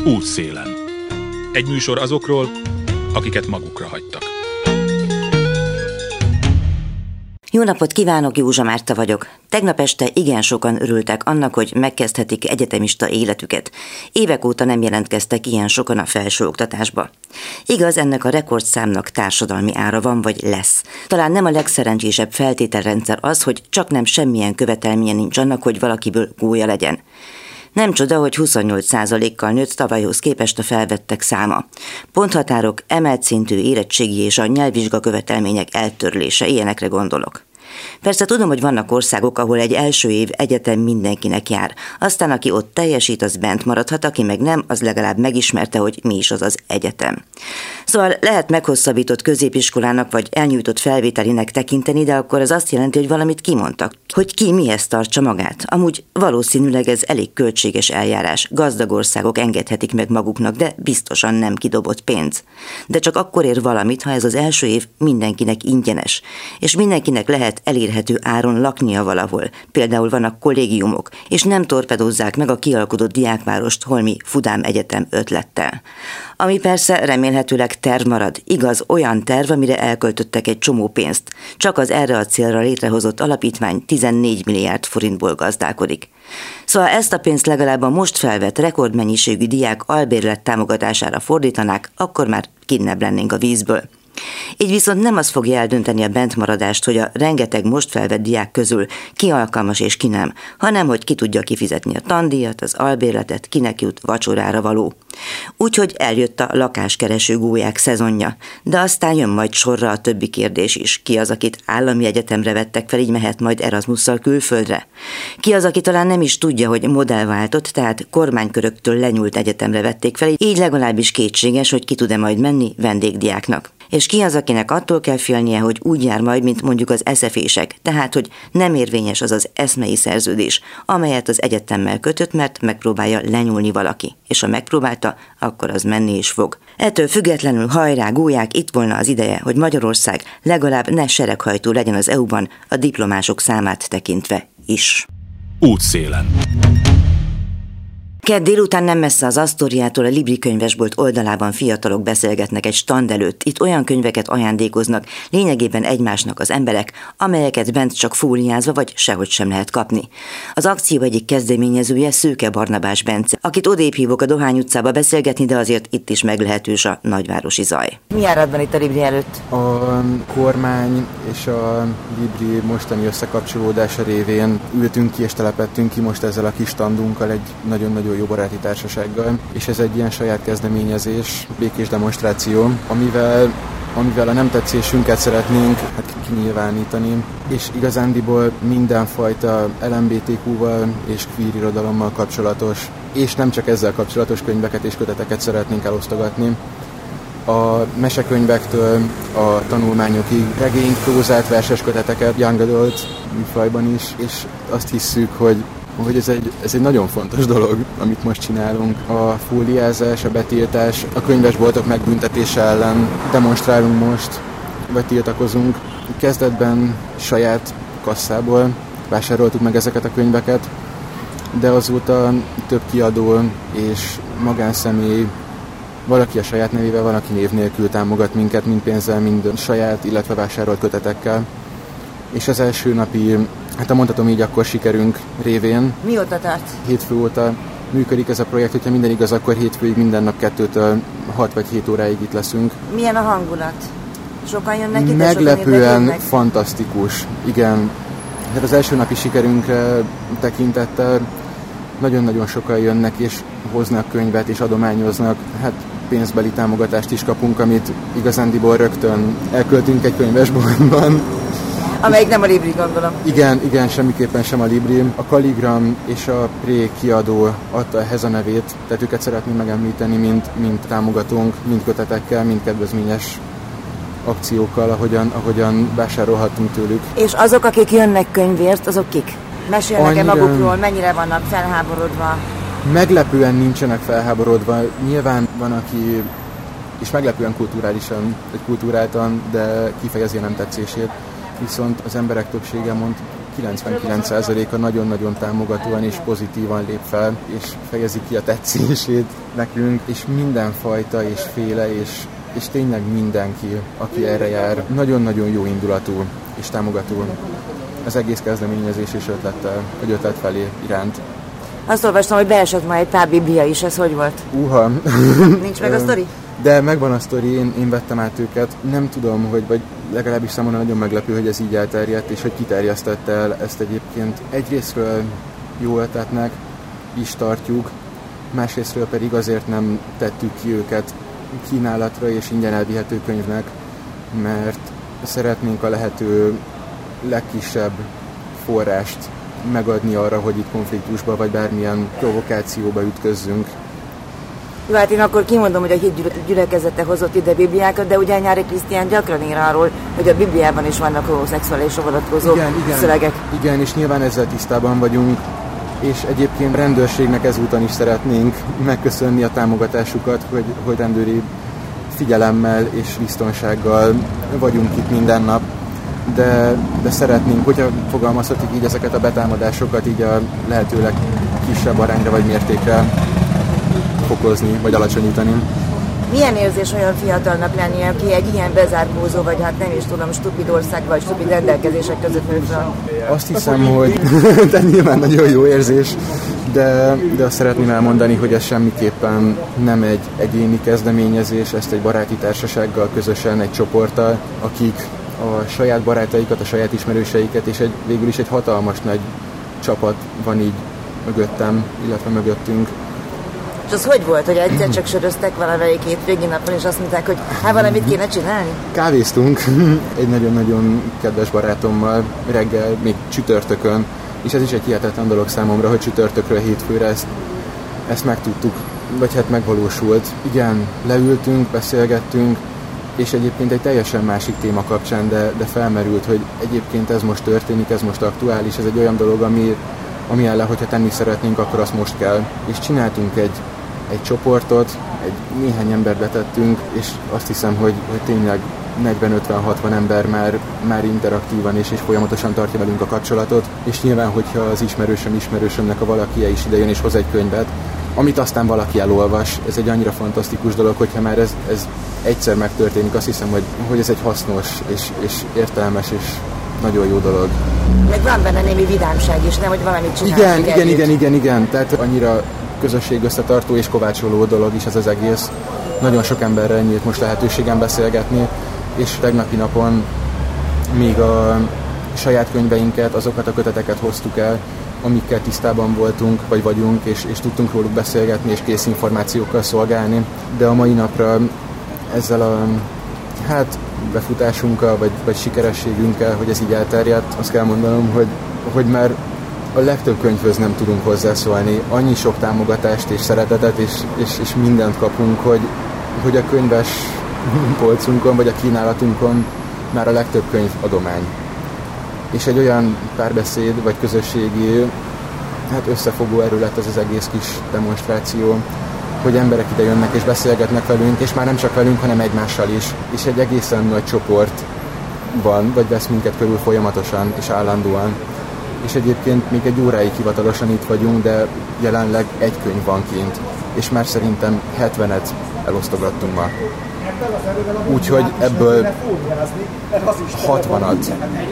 Útszélen. Egy műsor azokról, akiket magukra hagytak. Jó napot kívánok, Józsa Márta vagyok. Tegnap este igen sokan örültek annak, hogy megkezdhetik egyetemista életüket. Évek óta nem jelentkeztek ilyen sokan a felsőoktatásba. Igaz, ennek a rekordszámnak társadalmi ára van, vagy lesz. Talán nem a legszerencsésebb feltételrendszer az, hogy csak nem semmilyen követelménye nincs annak, hogy valakiből gólya legyen. Nem csoda, hogy 28%-kal nőtt tavalyhoz képest a felvettek száma. Ponthatárok, emelt szintű érettségi és a nyelvvizsga követelmények eltörlése, ilyenekre gondolok. Persze tudom, hogy vannak országok, ahol egy első év egyetem mindenkinek jár. Aztán aki ott teljesít, az bent maradhat, aki meg nem, az legalább megismerte, hogy mi is az az egyetem. Szóval lehet meghosszabbított középiskolának vagy elnyújtott felvételinek tekinteni, de akkor az azt jelenti, hogy valamit kimondtak. Hogy ki mihez tartsa magát. Amúgy valószínűleg ez elég költséges eljárás. Gazdag országok engedhetik meg maguknak, de biztosan nem kidobott pénz. De csak akkor ér valamit, ha ez az első év mindenkinek ingyenes, és mindenkinek lehet elérhető áron laknia valahol. Például vannak kollégiumok, és nem torpedózzák meg a kialkodott diákvárost holmi Fudám Egyetem ötlettel. Ami persze remélhetőleg terv marad. Igaz, olyan terv, amire elköltöttek egy csomó pénzt. Csak az erre a célra létrehozott alapítvány 14 milliárd forintból gazdálkodik. Szóval ezt a pénzt legalább a most felvett rekordmennyiségű diák albérlet támogatására fordítanák, akkor már kinnebb lennénk a vízből. Így viszont nem az fogja eldönteni a bentmaradást, hogy a rengeteg most felvett diák közül ki alkalmas és ki nem, hanem hogy ki tudja kifizetni a tandíjat, az albérletet, kinek jut vacsorára való. Úgyhogy eljött a lakáskereső gólyák szezonja, de aztán jön majd sorra a többi kérdés is. Ki az, akit állami egyetemre vettek fel, így mehet majd Erasmusszal külföldre? Ki az, aki talán nem is tudja, hogy modellváltott, tehát kormányköröktől lenyúlt egyetemre vették fel, így legalábbis kétséges, hogy ki tud-e majd menni vendégdiáknak. És ki az, akinek attól kell félnie, hogy úgy jár majd, mint mondjuk az eszefések, tehát, hogy nem érvényes az az eszmei szerződés, amelyet az egyetemmel kötött, mert megpróbálja lenyúlni valaki. És ha megpróbálta, akkor az menni is fog. Ettől függetlenül hajrá, gólyák, itt volna az ideje, hogy Magyarország legalább ne sereghajtó legyen az EU-ban a diplomások számát tekintve is. Útszélen. Kedd délután nem messze az Asztóriától a Libri könyvesbolt oldalában fiatalok beszélgetnek egy stand előtt. Itt olyan könyveket ajándékoznak lényegében egymásnak az emberek, amelyeket bent csak fóliázva vagy sehogy sem lehet kapni. Az akció egyik kezdeményezője Szőke Barnabás Bence, akit odébb hívok a Dohány utcába beszélgetni, de azért itt is meglehetős a nagyvárosi zaj. Mi járatban itt a Libri előtt? A kormány és a Libri mostani összekapcsolódása révén ültünk ki és telepettünk ki most ezzel a kis standunkkal egy nagyon-nagyon jó baráti társasággal, és ez egy ilyen saját kezdeményezés, békés demonstráció, amivel a nem tetszésünket szeretnénk kinyilvánítani, és igazándiból mindenfajta LMBTQ-val és queer irodalommal kapcsolatos, és nem csak ezzel kapcsolatos könyveket és köteteket szeretnénk elosztogatni. A mesekönyvektől a tanulmányokig regényt, prózát, verses köteteket, young adult műfajban is, és azt hisszük, hogy ez egy nagyon fontos dolog, amit most csinálunk. A fóliázás, a betiltás, a könyvesboltok megbüntetése ellen demonstrálunk most, vagy tiltakozunk. Kezdetben saját kasszából vásároltuk meg ezeket a könyveket, de azóta több kiadó és magánszemély, valaki a saját nevével, valaki név nélkül támogat minket, mind pénzzel, mind saját, illetve vásárolt kötetekkel. És az első napi, mondhatom így, akkor sikerünk révén. Mióta tart? Hétfő óta működik ez a projekt, hogyha minden igaz, akkor hétfőig minden nap 2-től 6 vagy 7 óráig itt leszünk. Milyen a hangulat? Sokan jönnek ide? Meglepően fantasztikus, igen. Hát az első napi sikerünkre tekintettel nagyon-nagyon sokan jönnek és hoznak könyvet és adományoznak. Hát pénzbeli támogatást is kapunk, amit igazándiból rögtön elköltünk egy könyvesboltban. Amelyik nem a Libri, gondolom. Igen, semmiképpen sem a Libri. A Kaligram és a Pré kiadó adta ehhez a nevét, tehát őket szeretném megemlíteni, mind támogatónk, mind kötetekkel, mind kedvezményes akciókkal, ahogyan vásárolhattunk tőlük. És azok, akik jönnek könyvért, azok kik? Mesélnek-e magukról, mennyire vannak felháborodva? Meglepően nincsenek felháborodva. Nyilván van, aki, és meglepően kulturáltan, de kifejezi a nem tetszését. Viszont az emberek többsége mond 99%-a nagyon-nagyon támogatóan és pozitívan lép fel, és fejezi ki a tetszését nekünk, és mindenfajta és féle, és tényleg mindenki, aki erre jár, nagyon-nagyon jó indulatú és támogató az egész kezdeményezés és ötlet felé iránt. Azt olvastam, hogy beesett ma egy pár biblia is, ez hogy volt? Nincs meg a sztori? De megvan a sztori, én vettem át őket. Nem tudom, vagy legalábbis számomra nagyon meglepő, hogy ez így elterjedt, és hogy kiterjesztette el ezt egyébként. Egyrésztről jó ötletnek is tartjuk, másrésztről pedig azért nem tettük ki őket kínálatra és ingyen elvihető könyvnek, mert szeretnénk a lehető legkisebb forrást megadni arra, hogy itt konfliktusba vagy bármilyen provokációba ütközzünk. Jó, hát én akkor kimondom, hogy a hit gyülekezete hozott ide bibliákat, de ugye Nyári Krisztián gyakran ír arról, hogy a Bibliában is vannak homoszexuálisra vonatkozó szövegek. Igen, és nyilván ezzel tisztában vagyunk, és egyébként rendőrségnek ezúton is szeretnénk megköszönni a támogatásukat, hogy rendőri figyelemmel és biztonsággal vagyunk itt minden nap, de szeretnénk, hogyha fogalmazhatik így ezeket a betámadásokat így a lehetőleg kisebb arányra vagy mértékre fokozni, vagy alacsonyítani. Milyen érzés olyan fiatalnak lenni, aki egy ilyen bezárkózó, vagy hát nem is tudom, stupid ország, vagy stupid rendelkezések között nő fel? Azt hiszem, hogy de nyilván nagyon jó érzés, de azt szeretném elmondani, hogy ez semmiképpen nem egy egyéni kezdeményezés, ezt egy baráti társasággal közösen, egy csoporttal, akik a saját barátaikat, a saját ismerőseiket, és végül is egy hatalmas nagy csapat van így mögöttem, illetve mögöttünk. És az hogy volt, hogy egyszer csak söröztek valamelyik hétvégi napon, és azt mondták, hogy hát valamit kéne csinálni? Kávéztunk egy nagyon-nagyon kedves barátommal reggel, még csütörtökön, és ez is egy hihetetlen dolog számomra, hogy csütörtökről hétfőre ezt megtudtuk, vagy hát megvalósult. Igen, leültünk, beszélgettünk, és egyébként egy teljesen másik téma kapcsán, de felmerült, hogy egyébként ez most történik, ez most aktuális, ez egy olyan dolog, ami ellen, hogyha tenni szeretnénk, akkor azt most kell. És csináltunk egy csoportot, néhány embert betettünk, és azt hiszem, hogy tényleg 40-50-60 ember már interaktívan és folyamatosan tartja velünk a kapcsolatot, és nyilván, hogyha az ismerősömnek a valakije is idejön és hoz egy könyvet, amit aztán valaki elolvas, ez egy annyira fantasztikus dolog, hogyha már ez egyszer megtörténik, azt hiszem, hogy ez egy hasznos és értelmes és nagyon jó dolog. Meg van benne némi vidámság is, nem, hogy valamit csinálunk. Igen. Tehát annyira közösség összetartó és kovácsoló dolog is ez az egész. Nagyon sok emberrel nyílt most lehetőségem beszélgetni, és tegnapi napon még a saját könyveinket, azokat a köteteket hoztuk el, amikkel tisztában voltunk, vagy vagyunk, és tudtunk róluk beszélgetni, és kész információkkal szolgálni. De a mai napra ezzel a befutásunkkal, vagy sikerességünkkel, hogy ez így elterjedt, azt kell mondanom, hogy már a legtöbb könyvhöz nem tudunk hozzászólni. Annyi sok támogatást és szeretetet, és mindent kapunk, hogy a könyves polcunkon, vagy a kínálatunkon már a legtöbb könyv adomány. És egy olyan párbeszéd, vagy közösségi összefogó erő lett ez az egész kis demonstráció, hogy emberek ide jönnek és beszélgetnek velünk, és már nem csak velünk, hanem egymással is. És egy egészen nagy csoport van, vagy vesz minket körül folyamatosan és állandóan. És egyébként még egy óráig hivatalosan itt vagyunk, de jelenleg egy könyv van kint, és már szerintem 70-et elosztogattunk ma. Úgyhogy ebből 60-at.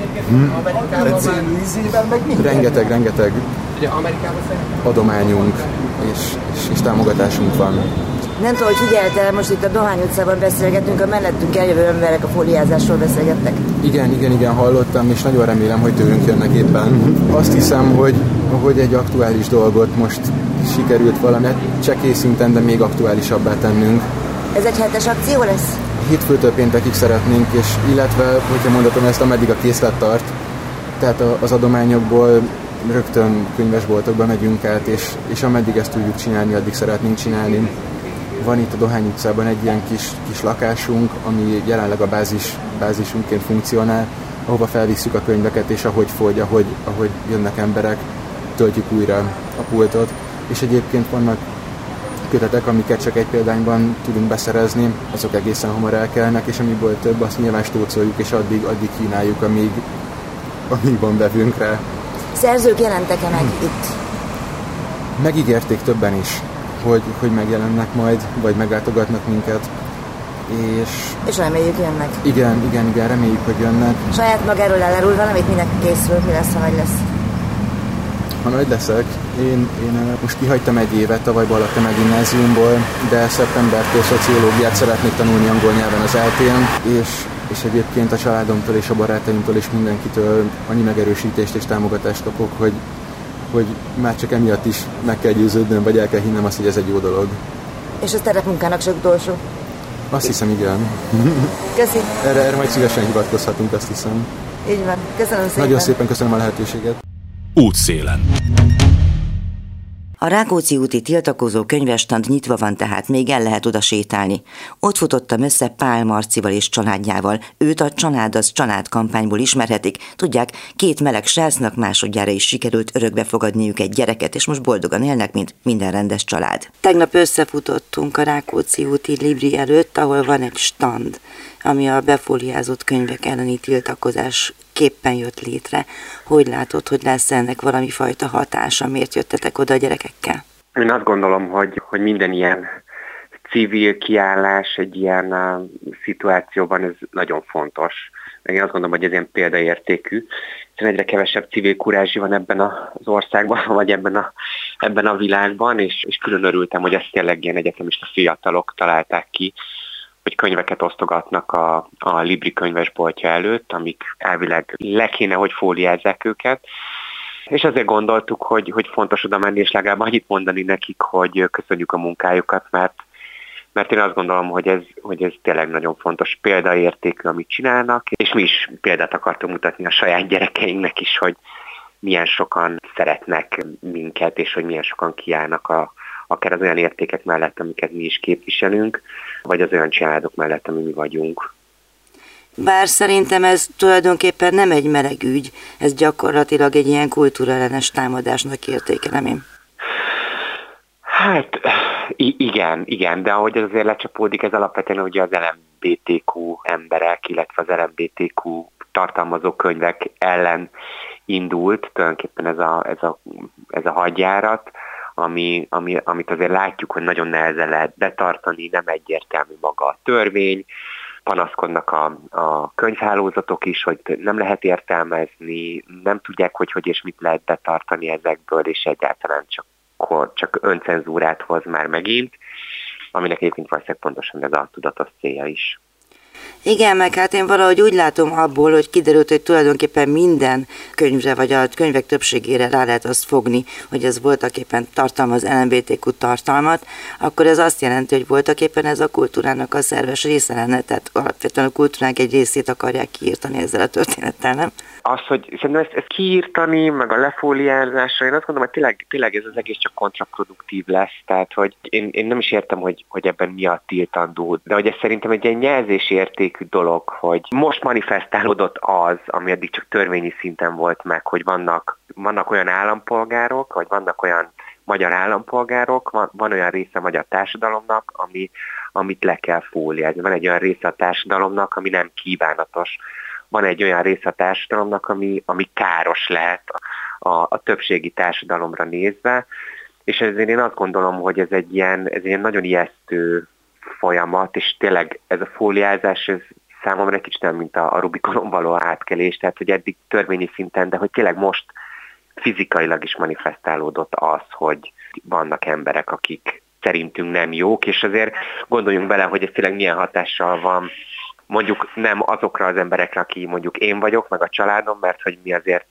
Rengeteg adományunk és támogatásunk van. Nem tudom, hogy figyelte, most itt a Dohány utcában beszélgetünk, a mellettünk eljövő emberek a fóliázásról beszélgettek. Igen, hallottam, és nagyon remélem, hogy tőlünk jönnek éppen. Azt hiszem, hogy egy aktuális dolgot most sikerült valamit csekély szinten, de még aktuálisabbá tennünk. Ez egy hetes akció lesz? Hétfőtől péntekig szeretnénk, és illetve, hogyha mondatom ezt, ameddig a készlet tart, tehát az adományokból rögtön könyvesboltokba megyünk át, és ameddig ezt tudjuk csinálni, addig szeretnénk csinálni. Van itt a Dohány utcában egy ilyen kis lakásunk, ami jelenleg a bázisunkként funkcionál, ahova felvisszük a könyveket, és ahogy fogy, ahogy jönnek emberek, töltjük újra a pultot. És egyébként vannak kötetek, amiket csak egy példányban tudunk beszerezni, azok egészen hamar elkelnek, és amiből több, azt nyilván stócoljuk, és addig kínáljuk, amíg van vevőnk rá. Szerzők jelentek-e meg itt? Megígérték többen is, hogy megjelennek majd, vagy meglátogatnak minket. És reméljük jönnek. Igen, reméljük, hogy jönnek. Saját magáról elárul valamit, mindenki készül, mi lesz, ha nagy lesz? Ha nagy leszek, én most kihagytam egy évet, tavaly haladtam a gimnáziumból, de szeptembertől szociológiát szeretnék tanulni angol nyelven az ELTE-n, és egyébként a családomtól és a barátaimtól és mindenkitől annyi megerősítést és támogatást kapok, hogy már csak emiatt is meg kell győződnöm, vagy el kell hinnem azt, hogy ez egy jó dolog. És a terepmunkának sok utolsó? Azt hiszem, igen. Köszi. Erre majd szívesen hivatkozhatunk, azt hiszem. Így van. Köszönöm szépen. Nagyon szépen köszönöm a lehetőséget. Útszélen. A Rákóczi úti tiltakozó könyvesstand nyitva van, tehát még el lehet oda sétálni. Ott futottam össze Pál Marcival és családjával. Őt a Család az Család kampányból ismerhetik. Tudják, 2 meleg srácnak másodjára is sikerült örökbe fogadniuk egy gyereket, és most boldogan élnek, mint minden rendes család. Tegnap összefutottunk a Rákóczi úti Libri előtt, ahol van egy stand, ami a befóliázott könyvek elleni tiltakozás képpen jött létre. Hogy látod, hogy lesz ennek valami fajta hatása? Miért jöttetek oda a gyerekekkel? Én azt gondolom, hogy minden ilyen civil kiállás egy ilyen szituációban ez nagyon fontos. Meg én azt gondolom, hogy ez ilyen példaértékű, hiszen egyre kevesebb civil kurázsi van ebben az országban, vagy ebben a világban, és külön örültem, hogy ezt tényleg ilyen egyetemista fiatalok találták ki, hogy könyveket osztogatnak a Libri könyvesboltja előtt, amik elvileg le kéne, hogy fóliázzák őket. És azért gondoltuk, hogy fontos oda menni, és legalább annyit mondani nekik, hogy köszönjük a munkájukat, mert én azt gondolom, hogy ez tényleg nagyon fontos példaértékű, amit csinálnak, és mi is példát akartunk mutatni a saját gyerekeinknek is, hogy milyen sokan szeretnek minket, és hogy milyen sokan kiállnak akár az olyan értékek mellett, amiket mi is képviselünk, vagy az olyan családok mellett, ami mi vagyunk. Bár szerintem ez tulajdonképpen nem egy meleg ügy, ez gyakorlatilag egy ilyen kultúraellenes támadásnak értékelem én. Hát igen, de ahogy ez azért lecsapódik, ez alapvetően ugye az LMBTQ emberek, illetve az LMBTQ tartalmazó könyvek ellen indult, tulajdonképpen ez a hadjárat, amit azért látjuk, hogy nagyon nehezen lehet betartani, nem egyértelmű maga a törvény, panaszkodnak a könyvhálózatok is, hogy nem lehet értelmezni, nem tudják, hogy és mit lehet betartani ezekből, és egyáltalán csak öncenzúrát hoz már megint, aminek egyébként valószínűleg pontosan ez a tudatos célja is. Igen, meg hát én valahogy úgy látom abból, hogy kiderült, hogy tulajdonképpen minden könyvre, vagy a könyvek többségére rá lehet azt fogni, hogy ez voltaképpen tartalmaz LMBTQ tartalmat, akkor ez azt jelenti, hogy voltaképpen ez a kultúrának a szerves része lenne, tehát alapvetően a kultúránk egy részét akarják kiírtani ezzel a történettel, nem? Az, hogy szerintem ezt kiírtani, meg a lefóliázásra, én azt gondolom, hogy tényleg ez az egész csak kontraproduktív lesz, tehát hogy én nem is értem, hogy ebben mi a tiltandó, de hogy ez szerintem egy ilyen jelzési értékű dolog, hogy most manifestálódott az, ami eddig csak törvényi szinten volt meg, hogy vannak olyan állampolgárok, vagy vannak olyan magyar állampolgárok, van olyan része a magyar társadalomnak, amit le kell fóliázni. Van egy olyan része a társadalomnak, ami nem kívánatos. Van egy olyan része a társadalomnak, ami káros lehet a többségi társadalomra nézve, és ezért én azt gondolom, hogy ez egy ilyen nagyon ijesztő folyamat, és tényleg ez a fóliázás, ez számomra egy kicsit nem, mint a Rubikonon való átkelés, tehát hogy eddig törvényi szinten, de hogy tényleg most fizikailag is manifestálódott az, hogy vannak emberek, akik szerintünk nem jók, és azért gondoljunk bele, hogy ez tényleg milyen hatással van mondjuk nem azokra az emberekre, aki mondjuk én vagyok, meg a családom, mert hogy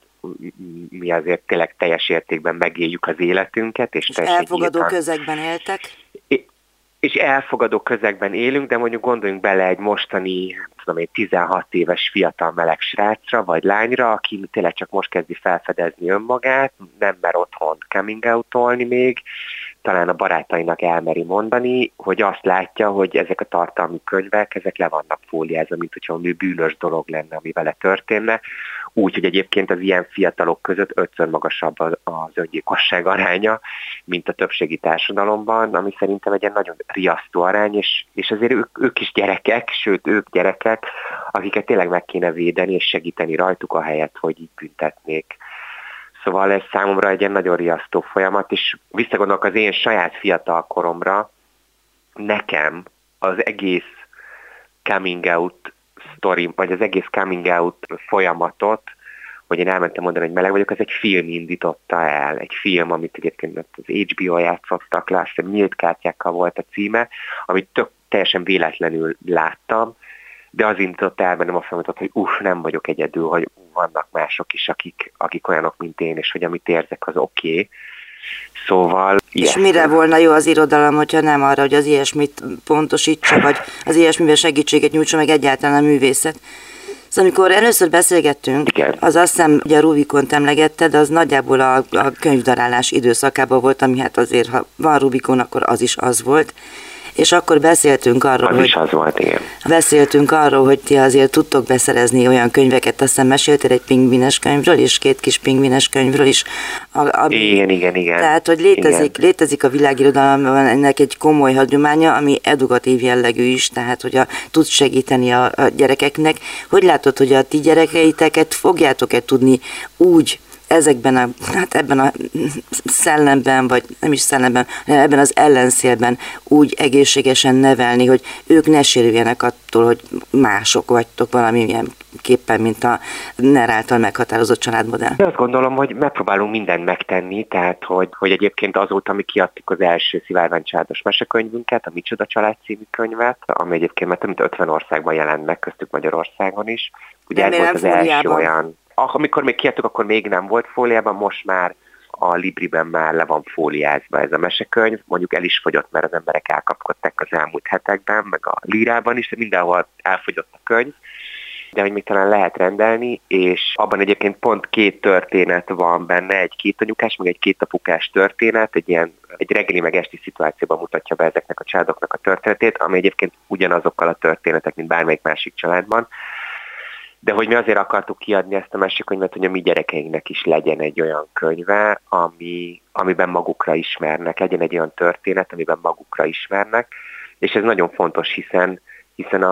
mi azért tényleg teljes értékben megéljük az életünket. És elfogadó közegben éltek. És elfogadó közegben élünk, de mondjuk gondoljunk bele egy mostani, 16 éves fiatal meleg srácra vagy lányra, aki tényleg csak most kezdi felfedezni önmagát, nem mer otthon coming out-olni még, talán a barátainak elmeri mondani, hogy azt látja, hogy ezek a tartalmi könyvek, ezek le vannak fóliázva, mint hogyha valami bűnös dolog lenne, ami vele történne. úgy, hogy egyébként az ilyen fiatalok között 5-ször magasabb az öngyilkosság aránya, mint a többségi társadalomban, ami szerintem egy ilyen nagyon riasztó arány, és azért ők is gyerekek, sőt ők gyerekek, akiket tényleg meg kéne védeni és segíteni rajtuk ahelyett, hogy így büntetnék. Szóval ez számomra egy ilyen nagyon riasztó folyamat, és visszagondolok az én saját fiatal koromra, nekem az egész coming out sztori, vagy az egész coming out folyamatot, hogy én elmentem mondani, hogy meleg vagyok, az egy film indította el. Egy film, amit egyébként az HBO játszottak le, azt nyílt kártyákkal volt a címe, amit teljesen véletlenül láttam, de az indította el bennem a folyamatot, hogy nem vagyok egyedül, hogy vannak mások is, akik olyanok, mint én, és hogy amit érzek, az oké. Szóval... És mire volna jó az irodalom, hogyha nem arra, hogy az ilyesmit pontosítsa, vagy az ilyesmivel segítséget nyújtsa, meg egyáltalán a művészet. Szóval amikor először beszélgettünk, igen, az azt hiszem, hogy a Rubikont emlegetted, az nagyjából a könyvdarálás időszakában volt, ami hát azért, ha van Rubikon, akkor az is az volt. És akkor beszéltünk arról, hogy ti azért tudtok beszerezni olyan könyveket, azt hiszem meséltél egy pingvines könyvről, és 2 kis pingvines könyvről is. Igen. Tehát, hogy létezik a világirodalomban ennek egy komoly hagyománya, ami edukatív jellegű is, tehát, hogy tudsz segíteni a gyerekeknek. Hogy látod, hogy a ti gyerekeiteket fogjátok-e tudni úgy ebben a szellemben, vagy nem is szellemben, hanem ebben az ellenszélben úgy egészségesen nevelni, hogy ők ne sérüljenek attól, hogy mások vagytok valamilyen képpen, mint a NER által meghatározott családmodell. Azt gondolom, hogy megpróbálunk mindent megtenni, tehát hogy egyébként azóta mi kiadtuk az első Szivárvány családos mesekönyvünket, a Micsoda család című könyvet, ami egyébként már több mint 50 országban jelent meg, köztük Magyarországon is. Ugye ez volt az első olyan... Amikor még kiadtuk, akkor még nem volt fóliában, most már a Libriben már le van fóliázva ez a mesekönyv. Mondjuk el is fogyott, mert az emberek elkapkodták az elmúlt hetekben, meg a Lírában is, de mindenhol elfogyott a könyv. De hogy még talán lehet rendelni, és abban egyébként pont 2 történet van benne, egy 2 anyukás, meg egy 2 apukás történet, egy reggeli meg esti szituációban mutatja be ezeknek a családoknak a történetét, ami egyébként ugyanazokkal a történetek, mint bármelyik másik családban. De hogy mi azért akartuk kiadni ezt a mesekönyvet, hogy a mi gyerekeinknek is legyen egy olyan könyve, amiben magukra ismernek, legyen egy olyan történet, amiben magukra ismernek, és ez nagyon fontos, hiszen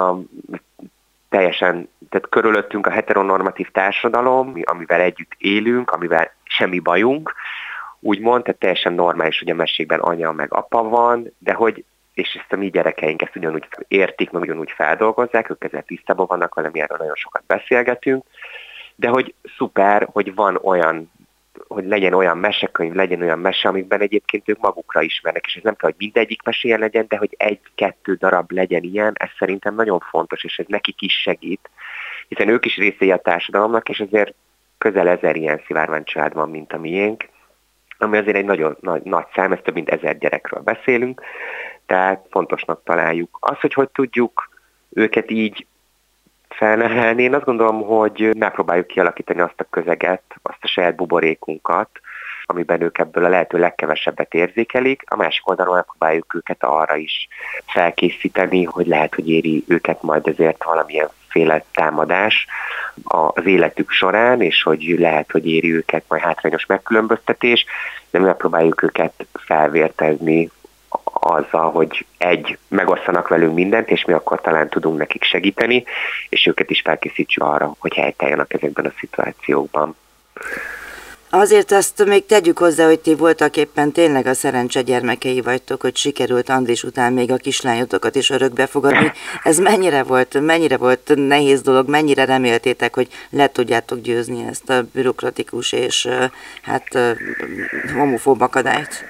tehát körülöttünk a heteronormatív társadalom, amivel együtt élünk, amivel semmi bajunk, úgymond, tehát teljesen normális, hogy a mesékben anya meg apa van, de hogy és ezt a mi gyerekeink ezt ugyanúgy értik, meg ugyanúgy feldolgozzák, ők ezzel tisztában vannak, vele mi erről nagyon sokat beszélgetünk, de hogy szuper, hogy van olyan, hogy legyen olyan mesekönyv, legyen olyan mese, amikben egyébként ők magukra ismernek, és ez nem kell, hogy mindegyik meséje legyen, de hogy 1-2 darab legyen ilyen, ez szerintem nagyon fontos, és ez nekik is segít, hiszen ők is részei a társadalomnak, és azért közel 1000 ilyen Szivárvány család van, mint a miénk, ami azért egy nagyon nagy szám, ez több mint 1000 gyerekről beszélünk, tehát fontosnak találjuk. Az, hogy tudjuk őket így felnevelni, én azt gondolom, hogy megpróbáljuk kialakítani azt a közeget, azt a saját buborékunkat, amiben ők ebből a lehető legkevesebbet érzékelik. A másik oldalon megpróbáljuk őket arra is felkészíteni, hogy lehet, hogy éri őket majd ezért valamilyenféle támadás az életük során, és hogy lehet, hogy éri őket majd hátrányos megkülönböztetés, de megpróbáljuk őket felvértezni azzal, hogy megosztanak velünk mindent, és mi akkor talán tudunk nekik segíteni, és őket is felkészítsük arra, hogy helytálljanak ezekben a szituációkban. Azért azt még tegyük hozzá, hogy ti voltak éppen tényleg a szerencse gyermekei vagytok, hogy sikerült Andris után még a kislányotokat is örökbe fogadni. Ez mennyire volt nehéz dolog, mennyire reméltétek, hogy le tudjátok győzni ezt a bürokratikus és homofób akadályt?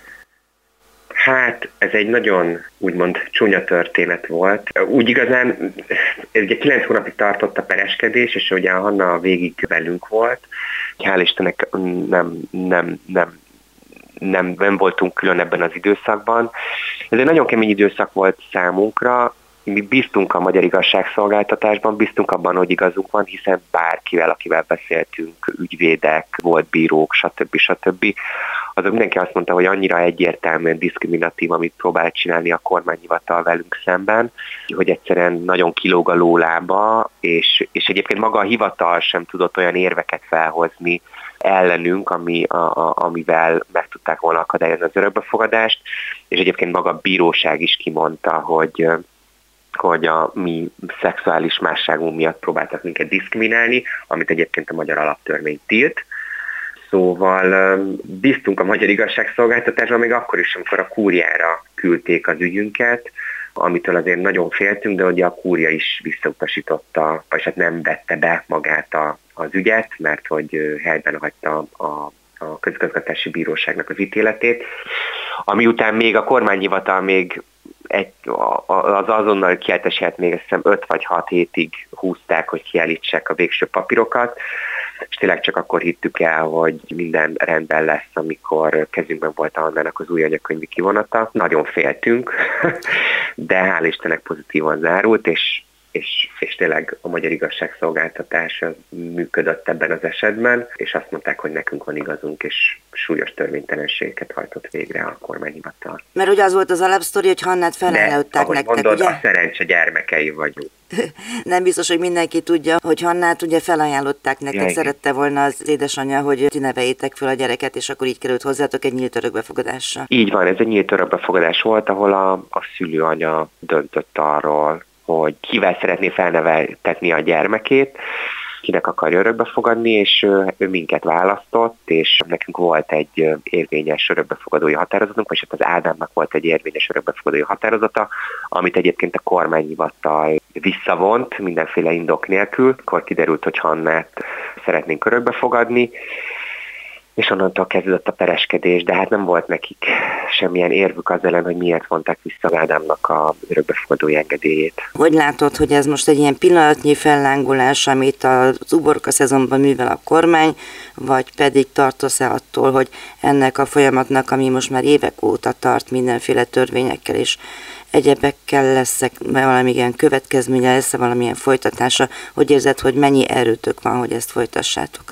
Hát, ez egy nagyon, úgymond csúnya történet volt. Úgy igazán, ez ugye 9 hónapig tartott a pereskedés, és ugye a Hanna végig velünk volt. Hál' Istennek nem voltunk külön ebben az időszakban. Ez egy nagyon kemény időszak volt számunkra, mi bíztunk a magyar igazságszolgáltatásban, bíztunk abban, hogy igazunk van, hiszen bárkivel, akivel beszéltünk, ügyvédek, volt bírók, stb. Azok mindenki azt mondta, hogy annyira egyértelműen diszkriminatív, amit próbál csinálni a kormányhivatal velünk szemben, hogy egyszerűen nagyon kilóg a lólába, és egyébként maga a hivatal sem tudott olyan érveket felhozni ellenünk, amivel meg tudták volna akadályozni az örökbefogadást, és egyébként maga a bíróság is kimondta, hogy a mi szexuális másságunk miatt próbáltak minket diszkriminálni, amit egyébként a magyar alaptörvény tilt. Szóval bíztunk a magyar igazságszolgáltatásban még akkor is, amikor a kúriára küldték az ügyünket, amitől azért nagyon féltünk, de ugye a kúria is visszautasította, vagy hát nem vette be magát az ügyet, mert hogy helyben hagyta a közigazgatási bíróságnak az ítéletét, ami után még a kormányhivatal még az azonnal kiáltását még azt hiszem 5 vagy 6 hétig húzták, hogy kiállítsák a végső papírokat, és tényleg csak akkor hittük el, hogy minden rendben lesz, amikor kezünkben volt Annának az új anyakönyvi kivonata. Nagyon féltünk, de hál' Istennek pozitívan zárult, és tényleg a magyar igazságszolgáltatás működött ebben az esetben, és azt mondták, hogy nekünk van igazunk, és súlyos törvénytelenségeket hajtott végre a kormányhivatal. Mert ugye az volt az alapsztori, hogy Hannát felajánlották nektek, mondod, ugye? A szerencse gyermekei vagyunk. Nem biztos, hogy mindenki tudja, hogy Hannát ugye felajánlották nektek, ja, szerette volna az édesanyja, hogy ti neveljétek fel a gyereket, és akkor így került hozzátok egy nyílt örökbefogadásra. Így van, ez egy nyílt örökbefogadás volt, ahol a szülőanya döntött arról, hogy kivel szeretné felneveltetni a gyermekét, kinek akarja örökbefogadni, és ő minket választott, és nekünk volt egy érvényes örökbefogadói határozatunk, vagy hát az Ádámnak volt egy érvényes örökbefogadói határozata, amit egyébként a kormányhivatal visszavont mindenféle indok nélkül. Akkor kiderült, hogy Hannát szeretnénk örökbefogadni, és onnantól kezdődött a pereskedés, de hát nem volt nekik semmilyen érvük az ellen, hogy miért vonták vissza Ádámnak a örökbefogadói engedélyét. Hogy látod, hogy ez most egy ilyen pillanatnyi fellángolás, amit az uborka szezonban művel a kormány, vagy pedig tartasz-e attól, hogy ennek a folyamatnak, ami most már évek óta tart mindenféle törvényekkel és egyebekkel lesz valamilyen következménye, lesz valamilyen folytatása, hogy érzed, hogy mennyi erőtök van, hogy ezt folytassátok?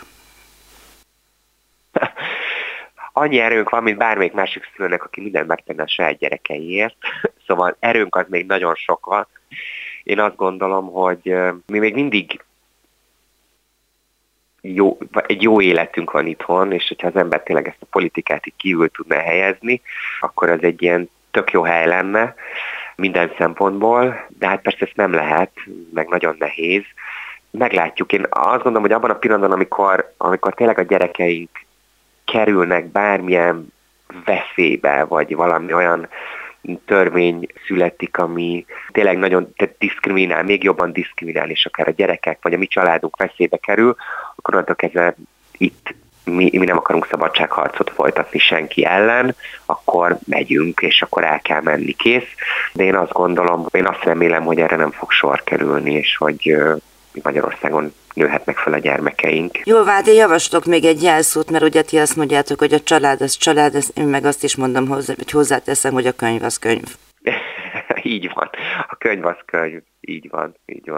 Annyi erőnk van, mint bármelyik másik szülőnek, aki mindent megtenne a saját gyerekeiért. Szóval erőnk az még nagyon sok van. Én azt gondolom, hogy mi még mindig egy jó életünk van itthon, és hogyha az ember tényleg ezt a politikát így kívül tudná helyezni, akkor az egy ilyen tök jó hely lenne minden szempontból, de hát persze ezt nem lehet, meg nagyon nehéz. Meglátjuk. Én azt gondolom, hogy abban a pillanatban, amikor tényleg a gyerekeink kerülnek bármilyen veszélybe, vagy valami olyan törvény születik, ami tényleg nagyon diszkriminál, még jobban diszkriminál, és akár a gyerekek, vagy a mi családunk veszélybe kerül, akkor onnantól kezdve itt mi nem akarunk szabadságharcot folytatni senki ellen, akkor megyünk, és akkor el kell menni, kész. De én azt gondolom, én azt remélem, hogy erre nem fog sor kerülni, és hogy Magyarországon nőhetnek fel a gyermekeink. Jó, hát én javaslok még egy jelszót, mert ugye ti azt mondjátok, hogy a család az család, én meg azt is mondom hozzá, hogy hozzáteszem, hogy a könyv az könyv. Így van. A könyv az könyv. Így van.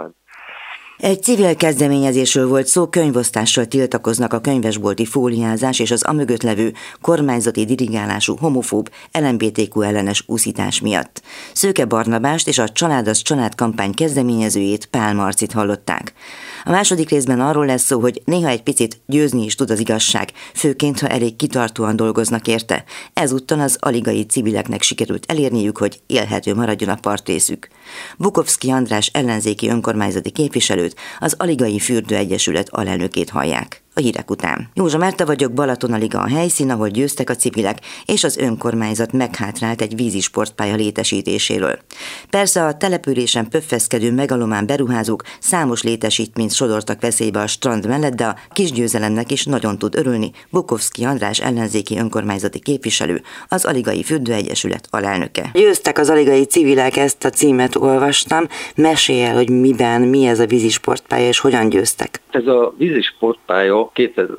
Egy civil kezdeményezésről volt szó, könyvosztással tiltakoznak a könyvesbolti fóliázás és az amögött levő kormányzati dirigálású homofób, LMBTQ ellenes úszítás miatt. Szőke Barnabást és a Család az család kampány kezdeményezőjét, Pál Marcit hallották. A második részben arról lesz szó, hogy néha egy picit győzni is tud az igazság, főként ha elég kitartóan dolgoznak érte. Ezúttal az aligai civileknek sikerült elérniük, hogy élhető maradjon a partrészük. Bukovszki András ellenzéki önkormányzati képviselőt, az Aligai Fürdő Egyesület alelnökét hallják. A hírek után. Józsa Márta vagyok, Balatonaliga a helyszín, ahol győztek a civilek, és az önkormányzat meghátrált egy vízisportpálya létesítéséről. Persze a településen pöffeszkedő megalomán beruházók számos létesítményt sodortak veszélybe a strand mellett, de a kis győzelemnek is nagyon tud örülni Bukovszki András ellenzéki önkormányzati képviselő, az Aligai Fürdő Egyesület alelnöke. Győztek az aligai civilek, ezt a címet olvastam. Mesélj el, hogy mi ez a vízisportpálya, és hogyan győztek? Ez a vízisportpálya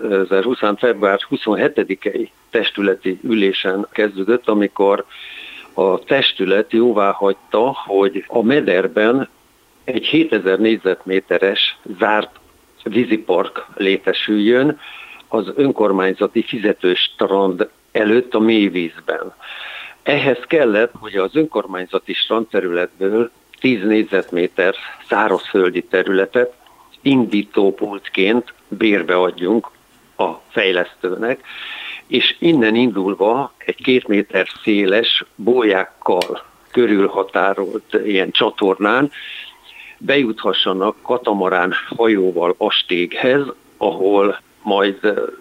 2020. február 27-i testületi ülésen kezdődött, amikor a testület jóváhagyta, hogy a mederben egy 7000 négyzetméteres zárt vízipark létesüljön az önkormányzati fizetős strand előtt a mélyvízben. Ehhez kellett, hogy az önkormányzati strandterületből 10 négyzetméter szárazföldi területet indítópultként bérbe adjunk a fejlesztőnek, és innen indulva egy 2 méter széles bójákkal körülhatárolt ilyen csatornán bejuthassanak katamarán hajóval a stéghez, ahol majd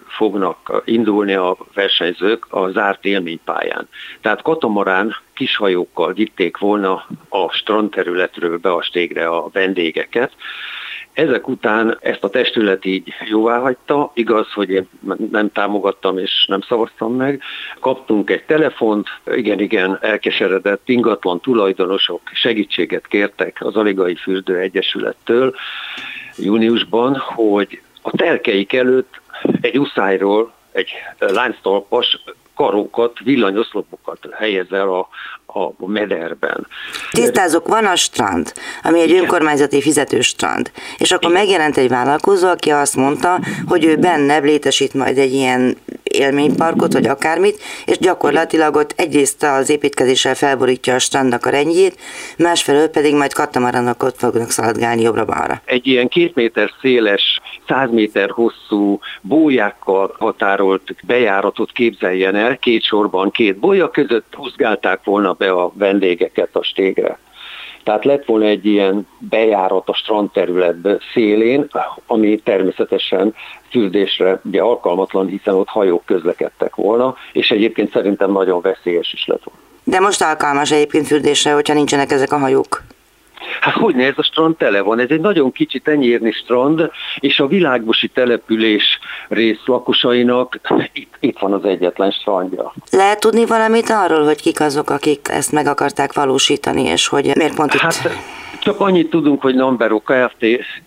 fognak indulni a versenyzők a zárt élménypályán. Tehát katamarán kishajókkal vitték volna a strandterületről be a stégre a vendégeket. Ezek után ezt a testület így jóváhagyta, igaz, hogy én nem támogattam és nem szavaztam meg. Kaptunk egy telefont, igen, elkeseredett ingatlan tulajdonosok segítséget kértek az Aligai Fürdő Egyesülettől júniusban, hogy a telkeik előtt egy uszályról egy lánctalpas karókat, villanyoszlopokat helyez el a mederben. Tisztázok, van a strand, ami egy önkormányzati fizetős strand, és akkor megjelent egy vállalkozó, aki azt mondta, hogy ő benne létesít majd egy ilyen élményparkot, vagy akármit, és gyakorlatilag ott egyrészt az építkezéssel felborítja a strandnak a rendjét, másfelől pedig majd katamaranok ott fognak szaladgálni jobbra-balra. Egy ilyen 2 méter széles, 100 méter hosszú bójákkal határolt bejáratot képzeljen el, 2 sorban 2 bólya között húzgálták volna be a vendégeket a stégre. Tehát lett volna egy ilyen bejárat a strandterület szélén, ami természetesen fürdésre ugye alkalmatlan, hiszen ott hajók közlekedtek volna, és egyébként szerintem nagyon veszélyes is lett volna. De most alkalmas egyébként fürdésre, hogyha nincsenek ezek a hajók? Hát hogyne, ez a strand tele van, ez egy nagyon kicsi tenyérni strand, és a Világbosi település rész lakosainak itt van az egyetlen strandja. Lehet tudni valamit arról, hogy kik azok, akik ezt meg akarták valósítani, és hogy miért pont itt? Hát csak annyit tudunk, hogy Nambero Kft.